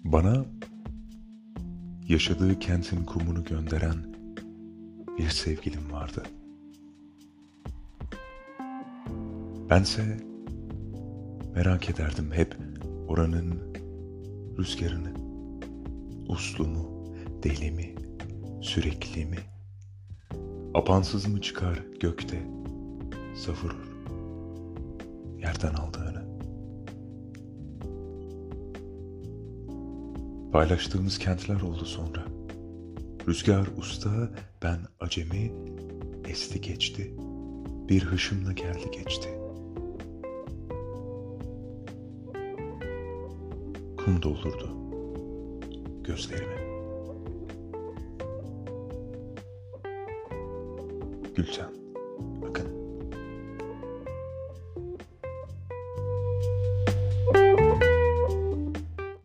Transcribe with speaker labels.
Speaker 1: Bana yaşadığı kentin kumunu gönderen bir sevgilim vardı. Bense merak ederdim hep oranın rüzgarını, uslu mu, deli mi, sürekli mi, apansız mı çıkar gökte, savurur yerden aldığını. Paylaştığımız kentler oldu sonra. Rüzgar usta, ben acemi, esti geçti, bir hışımla geldi geçti. Kum doldurdu gözlerimi. Gülcan.